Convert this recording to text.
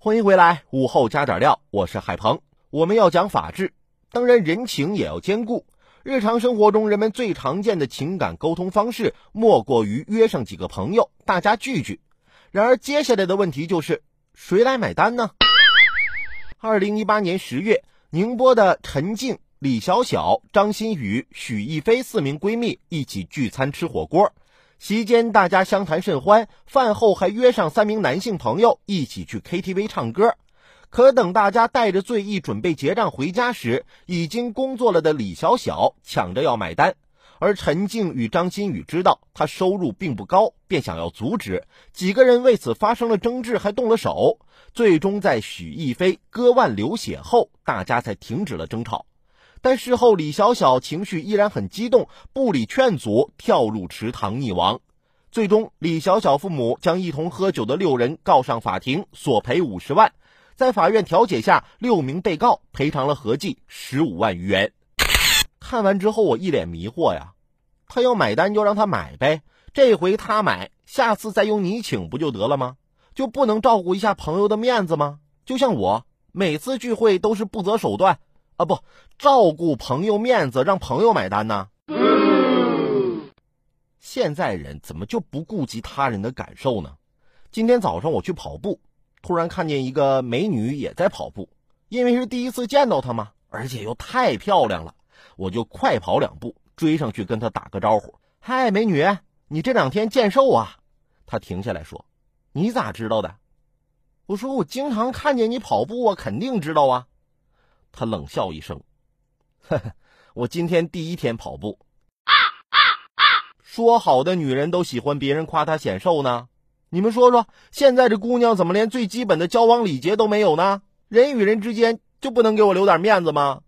欢迎回来，午后加点料，我是海鹏。我们要讲法治，当然人情也要兼顾。日常生活中，人们最常见的情感沟通方式，莫过于约上几个朋友，大家聚聚。然而接下来的问题就是，谁来买单呢？2018年10月，宁波的陈静、李小小、张馨予、许艺菲4名闺蜜一起聚餐吃火锅。席间大家相谈甚欢，饭后还约上3名男性朋友一起去 KTV 唱歌。可等大家带着醉意准备结账回家时，已经工作了的李小小抢着要买单，而陈静与张馨予知道她收入并不高，便想要阻止，几个人为此发生了争执，还动了手。最终在许艺菲割腕流血后，大家才停止了争吵。但事后李小小情绪依然很激动，不理劝阻，跳入池塘溺亡。最终李小小父母将一同喝酒的6人告上法庭，索赔50万。在法院调解下，6名被告赔偿了合计15万余元。看完之后我一脸迷惑呀，他要买单就让他买呗，这回他买，下次再由你请不就得了吗？就不能照顾一下朋友的面子吗？就像我每次聚会都是不择手段不照顾朋友面子，让朋友买单呢？现在人怎么就不顾及他人的感受呢？今天早上我去跑步，突然看见一个美女也在跑步，因为是第一次见到她嘛，而且又太漂亮了，我就快跑2步追上去跟她打个招呼。嗨，美女，你这2天健瘦啊？她停下来说，你咋知道的？我说我经常看见你跑步啊，肯定知道啊。她冷笑一声，呵呵，我今天第1天跑步。说好的女人都喜欢别人夸她显瘦呢，你们说说，现在这姑娘怎么连最基本的交往礼节都没有呢？人与人之间就不能给我留点面子吗？